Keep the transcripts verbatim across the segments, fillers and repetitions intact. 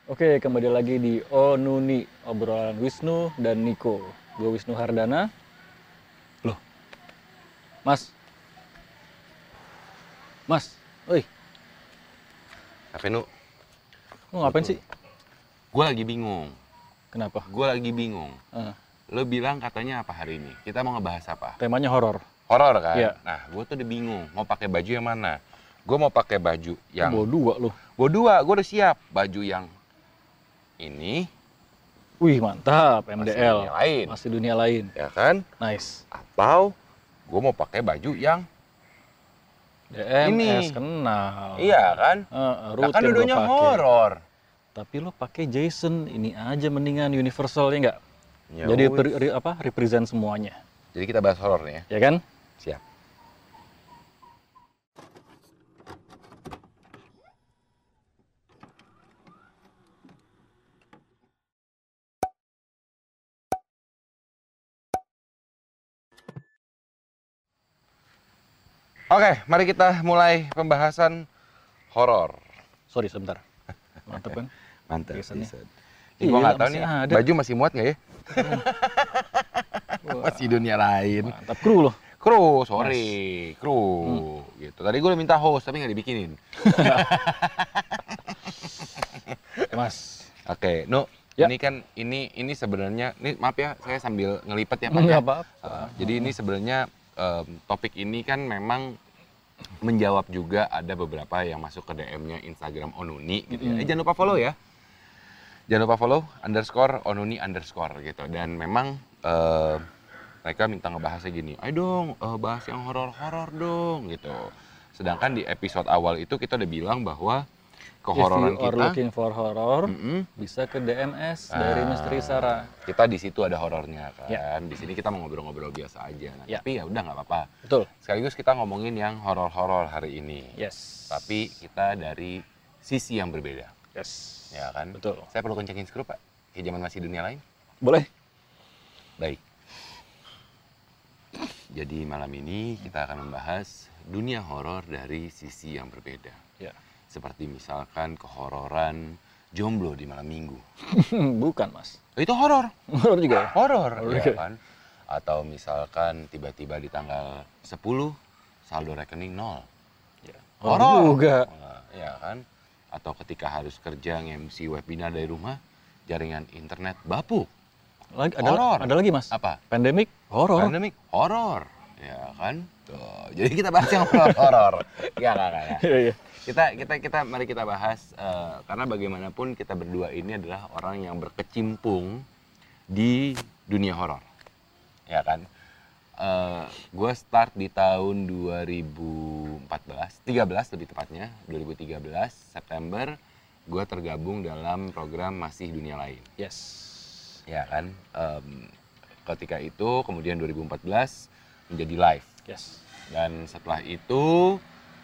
Oke, kembali lagi di Onuni, obrolan Wisnu dan Niko. Gue Wisnu Hardana. Loh, Mas. Mas, oi. Apa Nu? Lu ngapain sih? Gue lagi bingung. Kenapa? Gue lagi bingung. Uh, Lo bilang katanya apa hari ini? Kita mau ngebahas apa? temanya horor. Horor kan? Iya. Nah, gue tuh udah bingung. Mau pakai baju yang mana? Gue mau pakai baju yang... Bawa dua lu. Gue dua, gue udah siap. Baju yang ini. Wih, mantap. M D L. Masih dunia lain. Masih dunia lain. Ya kan? Nice. Atau gue mau pakai baju yang D M S Ini. kenal. iya kan? Uh, Nah, kan rutin dua-duanya gua pakai. horor. Tapi lo pakai Jason, ini aja mendingan Universal ya nggak? Ya Jadi wis. per- re- apa? Represent semuanya, Jadi kita bahas horor nih ya. ya kan? Siap. Oke, mari kita mulai pembahasan horor. Sorry sebentar. Mantap kan? Mantap. Jason-nya. Jason. Ini gua Iya, nggak tahu masih nih, ada. baju masih muat nggak ya? Wah, Masih dunia lain. mantap kru loh. Kru, sorry, kru. Gitu. Tadi gue udah minta host, tapi nggak dibikinin. Mas. Oke, Nu, Ya. ini kan ini ini sebenarnya, ini maaf ya, saya sambil ngelipet ya Pak. Nggak ya. apa-apa. Uh, jadi ini sebenarnya em, topik ini kan memang menjawab juga ada beberapa yang masuk ke D M-nya Instagram Onuni gitu ya. Mm. Eh, jangan lupa follow ya. Jangan lupa follow underscore Onuni underscore gitu. Dan memang eh, mereka minta ngebahasnya gini, ayo dong eh, bahas yang horor-horor dong gitu. Sedangkan di episode awal itu kita udah bilang bahwa kehororan If you are kita, looking for horror, Mm-mm. bisa ke D M S dari Ah, Misteri Sarah. kita di situ ada horornya kan. Ya. Di sini kita mau ngobrol-ngobrol biasa aja. Nah, Ya. Tapi ya udah nggak apa-apa. Betul. Sekaligus kita ngomongin yang horor-horor hari ini. Yes. Tapi kita dari sisi yang berbeda, yes. ya kan? Betul. Saya perlu kencengin skrup, Pak? Kayak zaman masih dunia lain? Boleh. Baik. Jadi malam ini kita akan membahas dunia horor dari sisi yang berbeda. Ya. Seperti misalkan kehororan jomblo di malam minggu. Bukan, Mas. Itu horor. Horor juga ya? Horor, Horor ya juga. kan? Atau misalkan tiba-tiba di tanggal sepuluh saldo rekening nol. Ya. Horor juga. Nah, ya kan? Atau ketika harus kerja nge-M C webinar dari rumah, jaringan internet bapuk. Lagi, ada, Horor. ada lagi, Mas. Apa? Pandemic, horor. Pandemik, horor. Ya kan? Tuh. Jadi kita bahas yang horor. Ya, enggak, enggak, enggak. Iya, iya. Kita kita kita mari kita bahas eh, karena bagaimanapun kita berdua ini adalah orang yang berkecimpung di dunia horor. Ya kan? Eh, gue start di tahun dua ribu empat belas, tiga belas lebih tepatnya, dua ribu tiga belas September gue tergabung dalam program Masih Dunia Lain. Yes. Ya kan? Em, ketika itu kemudian dua ribu empat belas menjadi live. Yes. Dan setelah itu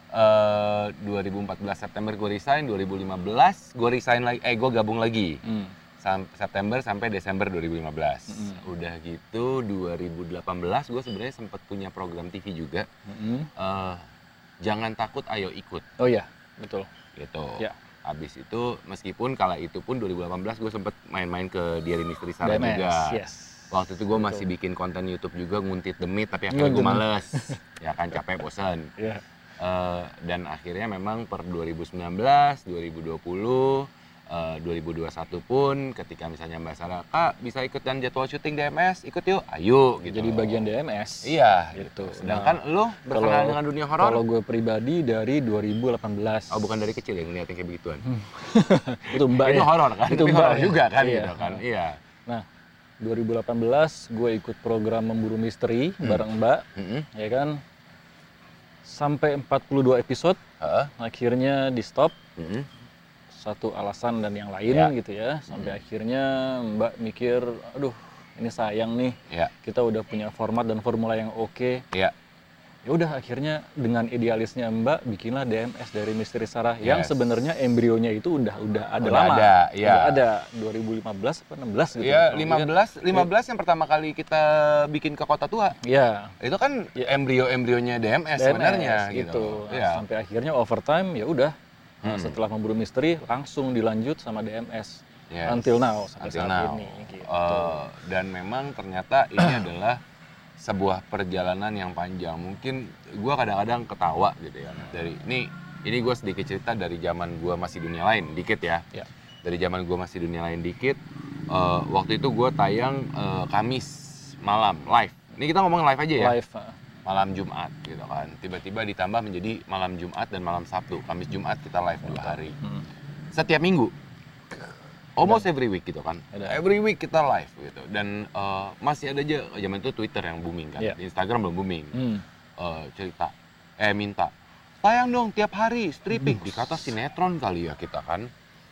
eh, dua ribu empat belas September gue resign, dua ribu lima belas gue resign lagi, eh gue gabung lagi. Hmm. Sam- September sampai Desember dua ribu lima belas. Mm-mm. Udah gitu dua ribu delapan belas gue sebenarnya sempat punya program T V juga. Mm-mm. Eh, jangan takut, ayo ikut Oh iya, betul. gitu. Ya. Habis itu meskipun kala itu pun dua ribu delapan belas gue sempat main-main ke Diary Misteri Sarah D M S, juga. yes. Waktu itu gue Betul. masih bikin konten YouTube juga, nguntit demit, tapi akhirnya gue Nguntit. males. Ya kan, capek, bosan. Iya. Eh, dan akhirnya memang per dua ribu sembilan belas, dua ribu dua puluh, eh, dua ribu dua puluh satu pun ketika misalnya Mbak Sarah, Kak bisa ikut dan jadwal syuting D M S, ikut yuk, ayo gitu. Jadi bagian D M S. Iya, Gitu. gitu. Sedangkan lo berkenalan dengan dunia horor? Kalau gue pribadi dari dua ribu delapan belas. Oh, bukan dari kecil ya ngeliatin kayak begituan? Itu mbak Itu ya? horor kan? Itu Tapi mbak horor ya? juga kan Iya. gitu kan? Iya. Nah, dua ribu delapan belas gue ikut program Memburu Misteri Hmm. bareng Mbak, Mm-mm. ya kan? Sampai empat puluh dua episode, Heeh. akhirnya di stop. Mm-mm. Satu alasan dan yang lain Ya. gitu ya. Sampai akhirnya Mbak mikir, aduh ini sayang nih. Ya, Kita udah punya format dan formula yang oke. ya. Ya udah akhirnya dengan idealisnya Mbak bikinlah D M S dari Misteri Sarah yang Yes. sebenarnya embrionya itu udah udah ada Udah lama. ada, ya. Udah ada dua ribu lima belas atau enam belas gitu. Iya, Kalau lima ingat. belas, lima belas yang pertama kali kita bikin ke Kota Tua. Iya. Itu kan Ya. embrio-embrionya D M S D M S sebenarnya gitu. gitu. Nah, Iya. sampai akhirnya overtime ya udah Nah, Hmm. setelah memburu misteri langsung dilanjut sama D M S. Yes. Until now sampai Until saat now. ini gitu. Eh, dan memang ternyata ini adalah sebuah perjalanan yang panjang. Mungkin gue kadang-kadang ketawa gitu ya. Dari ini ini gue sedikit cerita dari zaman gue masih dunia lain dikit ya. Ya. Dari zaman gue masih dunia lain dikit. eh, waktu itu gue tayang eh, Kamis malam live. Ini kita ngomong live aja ya. Live. ah. Malam Jumat gitu kan. Tiba-tiba ditambah menjadi malam Jumat dan malam Sabtu. Kamis Jumat kita live dua hari. Hmm. Setiap minggu. Almost every week gitu kan. Ada. Every week kita live gitu. Dan eh, masih ada aja zaman itu Twitter yang booming kan. Iya. Di Instagram belum booming. Hmm. Eh, cerita eh minta tayang dong tiap hari stripping. Dikata sinetron kali ya kita kan.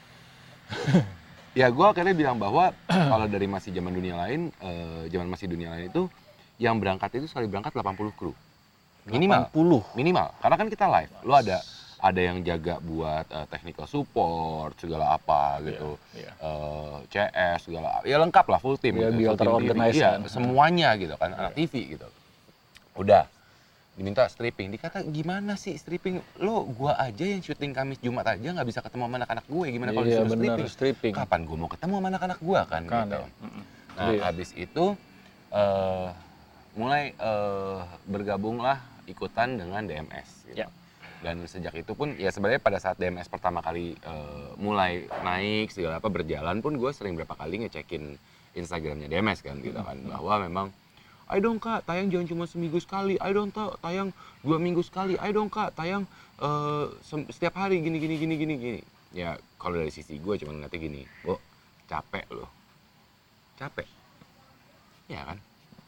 Ya gue akhirnya bilang bahwa kalau dari masih zaman dunia lain, eh, zaman masih dunia lain itu yang berangkat itu sekali berangkat delapan puluh kru. Minimal. delapan puluh. Minimal. Karena kan kita live. Lo ada ada yang jaga buat uh, technical support segala apa gitu. Iya, iya. Eh, C S segala ya lengkap lah full team Iya, gitu. biar Full team T V. terorganize Iya, kan. semuanya gitu kan anak T V gitu. Udah diminta stripping, dikata gimana sih stripping? Lo gua aja yang syuting Kamis Jumat aja nggak bisa ketemu sama anak-anak gue, gimana kalau Iya, disuruh bener, stripping? stripping. Kapan gue mau ketemu sama anak-anak gua kan, Kan, gitu. ya. Mm-mm. Nah, Iya. habis itu eh, mulai eh, bergabunglah ikutan dengan D M S gitu. Ya. Dan sejak itu pun ya sebenarnya pada saat D M S pertama kali eh, mulai naik segala apa berjalan pun gue sering berapa kali ngecekin Instagramnya D M S kan gitu kan, bahwa memang ayo dong kak tayang jangan cuma seminggu sekali, ayo dong tak tayang dua minggu sekali, ayo dong kak tayang eh, sem- setiap hari gini gini gini gini gini. Ya kalau dari sisi gue cuma ngeliatnya gini, Bo, capek loh, capek, ya kan,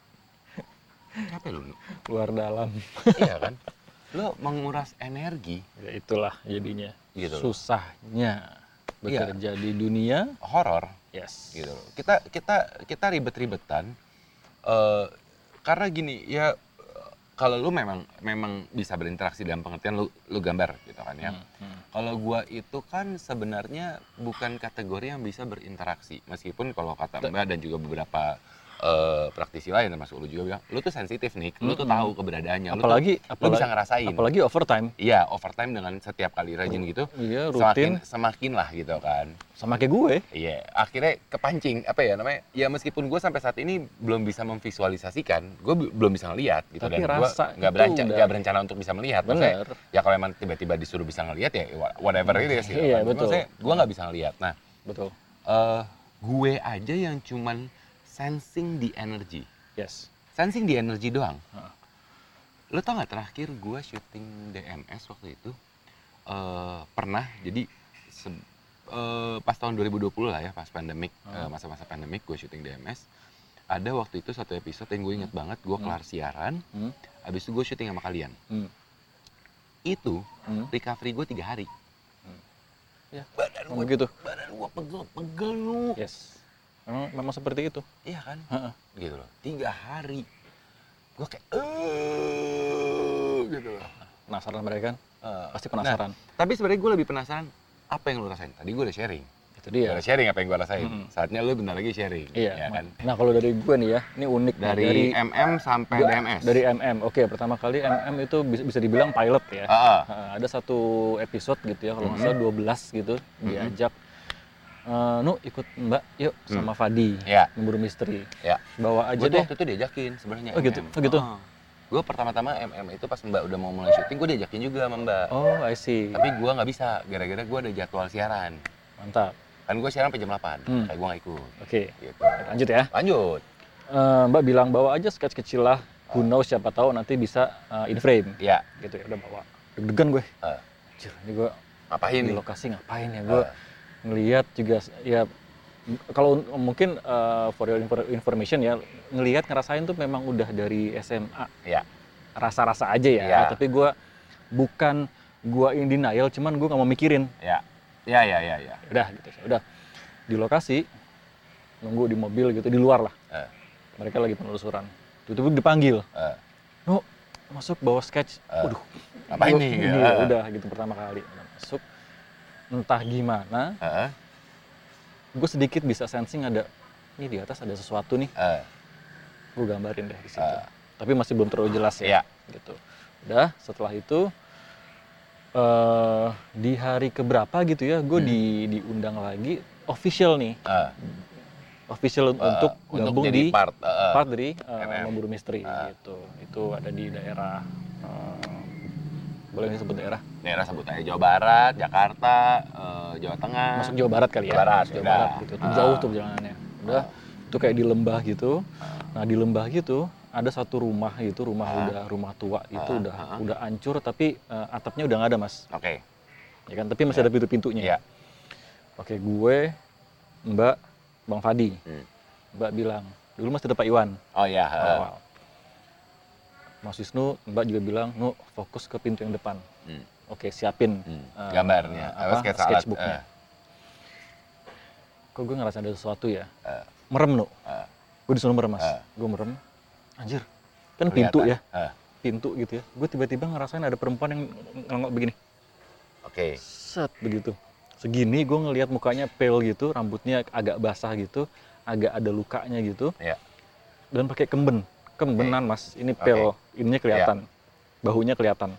capek loh, Nu. Luar dalam. Iya kan, lo menguras energi Ya itulah jadinya. Gitu loh. Susahnya bekerja di dunia. horor Yes. gitu loh. Kita kita kita ribet-ribetan eh, karena gini ya, kalau lu memang memang bisa berinteraksi dalam pengertian lu lu gambar gitu kan ya. Hmm, hmm. Kalau gua itu kan sebenarnya bukan kategori yang bisa berinteraksi, meskipun kalau kata Mbak dan juga beberapa eh, praktisi lain termasuk lu juga bilang, lu tuh sensitif nih, lu tuh tahu keberadaannya, lu Apalagi, tuh, lu apalagi bisa ngerasain. Apalagi overtime. Iya, overtime dengan setiap kali rajin gitu, Iya, semakin rutin. semakin lah gitu kan. Sama kayak gue. Iya, akhirnya kepancing apa ya namanya? Ya meskipun gue sampai saat ini belum bisa memvisualisasikan, gue be- belum bisa ngelihat gitu. Tapi Dan gue rasa nggak itu berencana, udah- nggak berencana untuk bisa melihat. Maksudnya, Bener. ya kalau emang tiba-tiba disuruh bisa ngelihat ya whatever it is gitu. Iya, kan. betul. Maksudnya gue nggak bisa ngelihat. Nah, Betul. eh, gue aja yang cuman sensing di energy, Yes. sensing di energy doang. Heeh. Lo tau nggak terakhir gue syuting D M S waktu itu eh, pernah jadi se- eh, pas tahun dua ribu dua puluh lah ya, pas pandemik, eh, masa-masa pandemik gue syuting D M S. Ada waktu itu satu episode yang gue inget banget, gue kelar siaran, Hmm. habis itu gue syuting sama kalian. Hmm. Itu Hmm. recovery gue tiga hari. Ya. Badan Memang gue, gitu. badan gue pegel-pegel lu. Yes. Memang, memang seperti itu. Iya kan? Heeh. Gitu loh, tiga hari. Gue kayak, eh gitu loh. Penasaran mereka kan? Eh, Pasti penasaran. Nah, tapi sebenarnya gue lebih penasaran apa yang lu rasain. Tadi gue udah sharing. Itu Gue dia. udah sharing apa yang gue rasain. Mm-mm. Saatnya lu bentar lagi sharing. Iya. Ya kan? Nah kalau dari gue nih ya, ini unik nih. Dari, M M sampai gua- D M S. Dari M M. Oke, pertama kali M M itu bisa, bisa dibilang pilot ya. Ah, ah. Heeh, ada satu episode gitu ya, kalau nggak salah dua belas gitu, diajak eh, Nu ikut Mbak yuk sama Fadi Ya. memburu misteri. Ya. Bawa aja Gue deh. waktu itu diajakin sebenarnya. Oh, gitu? M M. Oh, gitu? Gue pertama-tama M M itu pas Mbak udah mau mulai syuting, gue diajakin juga sama Mbak. Oh, I see. Tapi gue nggak bisa, gara-gara gue ada jadwal siaran. Mantap. Kan gue siaran sampai jam delapan, Hmm. kayak gue nggak ikut. Oke. Gitu. Lanjut ya. Lanjut. Eh, Mbak bilang bawa aja sketch kecil lah. Who knows, siapa tahu nanti bisa eh, in frame. Ya. Gitu ya, udah bawa. Deg-degan gue. Eh, Anjir, ini gue ngapain di nih? lokasi ngapain ya? Gue Eh, ngelihat juga ya m- kalau un- mungkin uh, for your infor- information ya, ngelihat ngerasain tuh memang udah dari S M A, Ya. rasa-rasa aja ya. Iya. Tapi gue bukan gue in denial, cuman gue nggak mau mikirin. Ya. Ya, ya, ya, ya. Udah gitu, udah di lokasi nunggu di mobil gitu di luar lah. Eh, Mereka lagi penelusuran. Tiba-tiba dipanggil, eh, "Nu, masuk bawa sketch." Eh, Waduh, ngapain gua- nih? ini Eh, ya, eh. udah gitu pertama kali udah masuk. Entah gimana, eh, gue sedikit bisa sensing ada ini di atas ada sesuatu nih. eh, Gue gambarin deh di situ. Eh. Tapi masih belum terlalu jelas Iya. ya. Gitu. Udah, setelah itu eh di hari keberapa gitu ya, gue Hmm. di diundang lagi official nih, Ah, official eh, untuk untuk gabung jadi di part, eh, eh. part dari eh, M M. Memburu Misteri Ah. gitu. Itu ada di daerah, eh, boleh disebut daerah? Daerah sebut aja Jawa Barat, Jakarta, eh, Jawa Tengah. Masuk Jawa Barat kali ya? Jawa Barat, Masuk Jawa udah. Barat gitu. Itu Ah. jauh tuh perjalanannya. Udah, itu kayak di lembah gitu. Ah. Nah di lembah gitu ada satu rumah gitu, rumah Ah. udah rumah tua itu Ah, udah ah. udah hancur tapi eh, atapnya udah nggak ada mas, Oke. ya kan? Tapi masih Ya. ada pintu-pintunya. Iya. Oke, gue, Mbak, Bang Fadi, Hmm. Mbak bilang dulu mas ada Pak Iwan. Oh iya. eh. Awal. Mas Wisnu, Mbak juga bilang, nu fokus ke pintu yang depan. Hmm. Oke, siapin Hmm. eh, Gambarnya, apa, apa, sketsa alat, sketchbooknya. eh. Kok gue ngerasa ada sesuatu ya? Eh. Merem, nu. Eh. Gue disuruh merem, mas. Eh. Gue merem. Anjir, kan pintu ya, Kelihatan. Eh. pintu gitu ya. Gue tiba-tiba ngerasain ada perempuan yang ngelongok begini. Oke. Set, begitu. Segini gue ngelihat mukanya pale gitu, rambutnya agak basah gitu, agak ada lukanya gitu. Ya. Dan pakai kemben, kembenan mas. Ini pale, ininya kelihatan, bahunya kelihatan.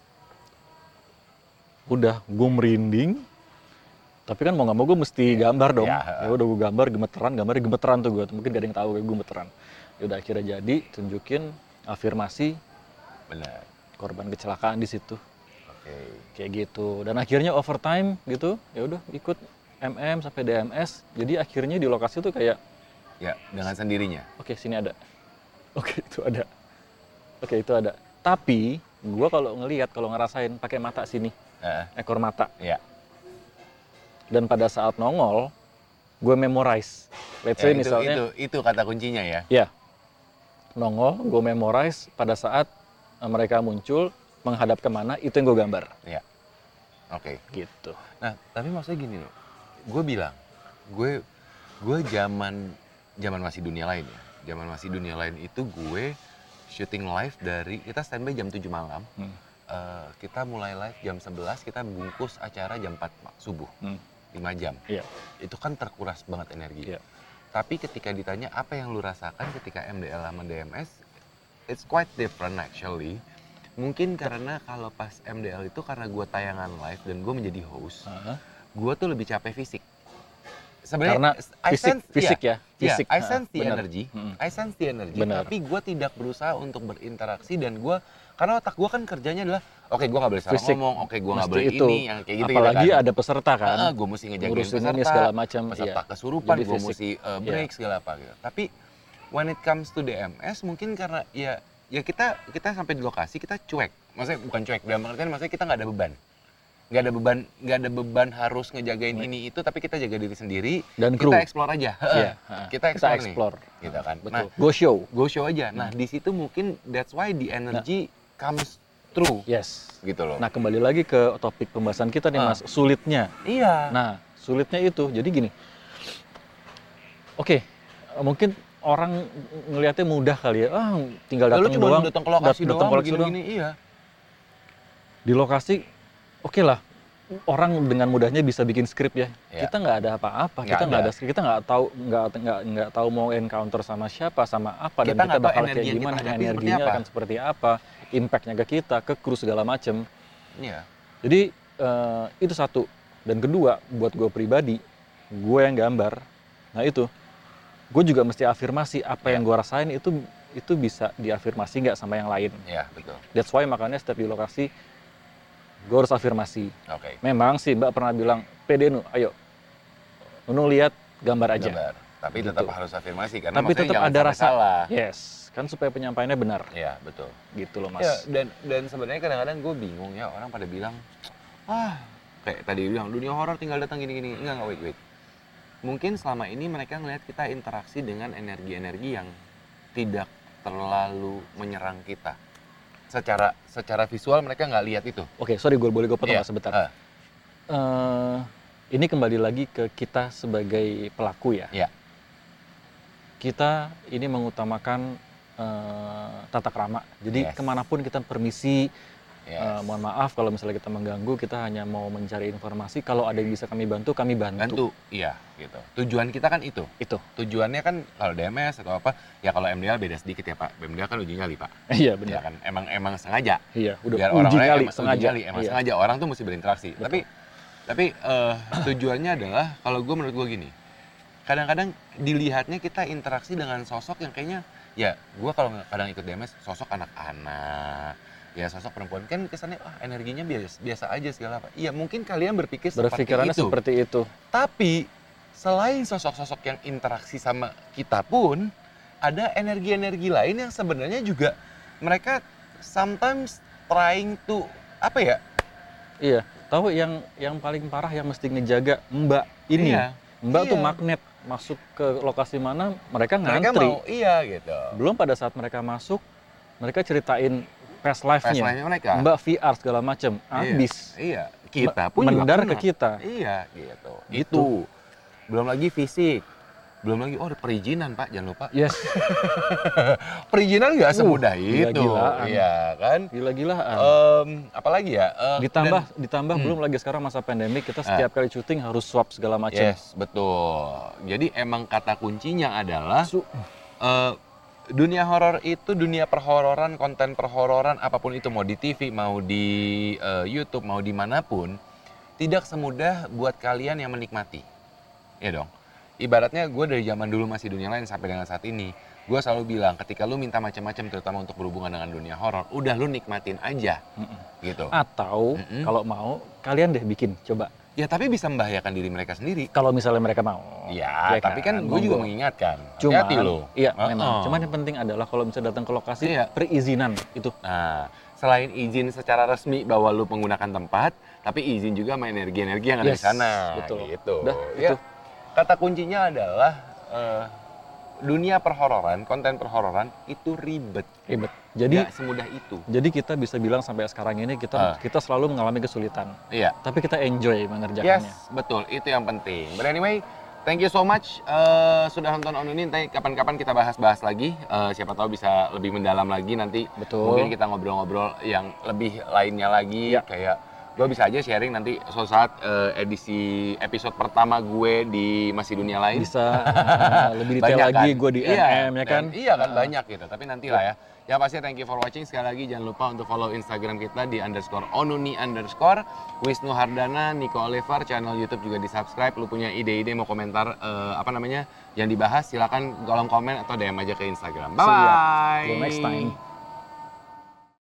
Udah, gue merinding. Tapi kan mau nggak mau gue mesti gambar dong. Ya. Ya udah gue gambar gemeteran, gambarnya gemeteran tuh gue. Mungkin gak ada yang tahu gue gemeteran. Ya udah akhirnya jadi, tunjukin afirmasi Benar. korban kecelakaan di situ. Oke. Kayak gitu. Dan akhirnya overtime gitu, ya udah ikut M M sampai D M S. Jadi akhirnya di lokasi tuh kayak, Ya, dengan sendirinya. oke sini ada, oke itu ada, oke itu ada. Tapi gua kalau ngelihat, kalau ngerasain pakai mata sini, Eh. ekor mata. Ya. Dan pada saat nongol, gue memorize. Let's Ya, say itu, misalnya, itu itu kata kuncinya ya. ya nongol, gue memorize pada saat eh, mereka muncul menghadap kemana, itu yang gue gambar. Ya. Oke. Gitu. Nah, tapi maksudnya gini loh. Gue bilang, gue gue zaman zaman masih dunia lain ya. Zaman masih dunia lain itu gue syuting live dari kita standby jam tujuh malam. Hmm. Eh, kita mulai live jam sebelas, kita bungkus acara jam empat subuh. Hmm. lima jam. Iya. Itu kan terkuras banget energi. Iya. Tapi ketika ditanya apa yang lu rasakan ketika M D L sama D M S, it's quite different actually. Mungkin karena kalau pas M D L itu karena gue tayangan live dan gue menjadi host, Aha. gue tuh lebih capek fisik. Karena I fisik, sense- fisik iya, ya, fisik. iya, I Ha, sense the benar. energy, Mm-mm. I sense the energy, Benar. tapi gue tidak berusaha untuk berinteraksi dan gue, karena otak gue kan kerjanya adalah, oke gue nggak boleh salah Fisik. ngomong, oke gue nggak Mesti boleh itu. ini, yang kayak gitu Apalagi gitu kan. ada peserta kan, Ah, gue mesti ngejagain ngurusin peserta, ini segala macam. peserta Iya. kesurupan, Jadi gue fisik. mesti uh, Iya. break segala apa gitu. Tapi when it comes to D M S mungkin karena ya ya kita kita sampai di lokasi kita cuek, maksudnya bukan cuek dalam pengertian maksudnya kita nggak ada beban, nggak ada beban nggak ada beban harus ngejagain Baik. ini itu, tapi kita jaga diri sendiri, Dan kru. kita explore aja, Iya, ha. kita Kita explore, explore. nih, gitu kan. Betul. Nah, Go show. go show aja. Nah di situ mungkin that's why the energy comes through, Yes. gitu loh. Nah kembali lagi ke topik pembahasan kita nih Ah. mas, sulitnya. iya. Nah sulitnya itu, jadi gini. Oke, eh, mungkin orang ngelihatnya mudah kali ya, ah tinggal Lalu datang cuma doang, datang ke lokasi dat- datang doang, ke lokasi doang. begini-gini, iya. Di lokasi, oke lah, orang dengan mudahnya bisa bikin skrip ya. Ya. Kita nggak ada apa-apa, Nggak kita nggak ada. ada skrip, kita nggak tahu nggak nggak nggak tahu mau encounter sama siapa, sama apa, Kita dan nggak kita tahu bakal energi kayak yang kita gimana, hadapi seperti energinya apa. akan seperti apa, impactnya ke kita, ke kru segala macem. Iya. Jadi eh, itu satu. Dan kedua, buat gue pribadi, gue yang gambar. Nah itu, gue juga mesti afirmasi apa Ya. yang gue rasain itu itu bisa diafirmasi nggak sama yang lain. Iya, betul. That's why makanya setiap di lokasi, gue harus afirmasi. Oke. Memang sih Mbak pernah bilang, pede Nu, ayo. Nu lihat gambar aja. Gambar. Tapi Gitu. tetap harus afirmasi karena Tapi maksudnya tetap jangan ada sampai rasa, salah. yes. Kan supaya penyampaiannya benar. Iya, betul. Gitu loh Mas. Ya, dan dan sebenarnya kadang-kadang gue bingung ya, orang pada bilang, ah, kayak tadi bilang dunia horor tinggal datang gini-gini. Enggak, enggak, wait, wait. Mungkin selama ini mereka ngelihat kita interaksi dengan energi-energi yang tidak terlalu menyerang kita. Secara secara visual mereka nggak lihat itu. Oke, sorry gue boleh gue potong Iya, Mas sebentar. eh. Eh, ini kembali lagi ke kita sebagai pelaku ya. Iya. Kita ini mengutamakan eh, tata krama. Jadi Yes. kemanapun kita permisi, Yes. Eh, mohon maaf kalau misalnya kita mengganggu, kita hanya mau mencari informasi. Kalau ada yang bisa kami bantu, kami bantu. Bantu, iya gitu. Tujuan kita kan itu. Itu. Tujuannya kan kalau D M S atau apa, ya kalau M D L beda sedikit ya Pak. M D L kan uji nyali Pak. Iya Ya benar. kan, emang emang sengaja. Iya, udah Biar uji orang-orang nyali, emang uji sengaja. nyali, emang Iya. sengaja orang tuh mesti berinteraksi. Betul. Tapi tapi eh, tujuannya adalah kalau gue menurut gue gini. Kadang-kadang dilihatnya kita interaksi dengan sosok yang kayaknya ya gue kalau nggak- kadang ikut D M S sosok anak-anak, ya sosok perempuan kan kesannya ah energinya biasa biasa aja segala apa. Iya mungkin kalian berpikir Berpikirannya seperti itu. seperti itu. Tapi selain sosok-sosok yang interaksi sama kita pun ada energi-energi lain yang sebenarnya juga mereka sometimes trying to apa ya? Iya. Tahu yang yang paling parah yang mesti ngejaga Mbak ini. Iya, Mbak iya. tuh magnet, masuk ke lokasi mana mereka Mereka ngantri. mau iya gitu. Belum pada saat mereka masuk, mereka ceritain past Past life-nya. life-nya mereka. Mbak V R segala macem, Iya, habis. Iya, kita pun Mendar juga ke kena. kita. Iya, gitu. Gitu. Itu. Belum lagi fisik. Belum lagi oh ada perizinan, Pak, jangan lupa. Yes, Perizinan nggak Uh, semudah itu. gila-gilaan. Iya, kan? gila-gilaan. Em, apalagi ya? Eh, ditambah dan- ditambah Hmm. belum lagi sekarang masa pandemik, kita Ah. setiap kali syuting harus swab segala macam. Yes, betul. Jadi emang kata kuncinya adalah Su- eh, dunia horor itu dunia perhororan, konten perhororan apapun itu mau di T V, mau di eh, YouTube, mau dimanapun, tidak semudah buat kalian yang menikmati. Ya dong. Ibaratnya gue dari zaman dulu masih dunia lain sampai dengan saat ini, gue selalu bilang ketika lu minta macam-macam terutama untuk berhubungan dengan dunia horor, udah lu nikmatin aja, Mm-mm. gitu. Atau Mm-mm. kalau mau kalian deh bikin, coba. Ya tapi bisa membahayakan diri mereka sendiri. Kalau misalnya mereka mau. Ya, Ya tapi kan, gue juga monggo. mengingatkan. Cuman, Hati-hati lo. iya Uh-uh. memang. Cuman yang penting adalah kalau misalnya datang ke lokasi, Iya. perizinan itu. Nah, selain izin secara resmi bahwa lu menggunakan tempat, tapi izin juga sama energi-energi yang ada di Yes, sana. betul. Gitu. Udah, Ya, itu. kata kuncinya adalah eh, dunia perhororan, konten perhororan itu ribet. Ribet. Jadi Nggak semudah itu. jadi kita bisa bilang sampai sekarang ini kita Ah. kita selalu mengalami kesulitan. Iya. Tapi kita enjoy Yes, mengerjakannya. betul. Itu yang penting. But anyway, thank you so much eh, sudah nonton On ini. Nanti kapan-kapan kita bahas-bahas lagi. Eh, siapa tahu bisa lebih mendalam lagi nanti. Betul. Mungkin kita ngobrol-ngobrol yang lebih lainnya lagi. Ya. Kayak gue bisa aja sharing nanti suatu saat eh, edisi episode pertama gue di Masih Dunia Lain. Bisa uh, lebih detail Banyak lagi kan? gue di Iya, M M ya kan. dan- iya kan Uh, banyak gitu. Tapi nanti lah ya. Ya pasti thank you for watching. Sekali lagi jangan lupa untuk follow Instagram kita di underscore onuni underscore Wisnu Hardana, Nico Oliver, channel YouTube juga di subscribe. Lu punya ide-ide mau komentar eh, apa namanya yang dibahas silakan kolom komen atau D M aja ke Instagram. Bye See ya. bye. Till next time.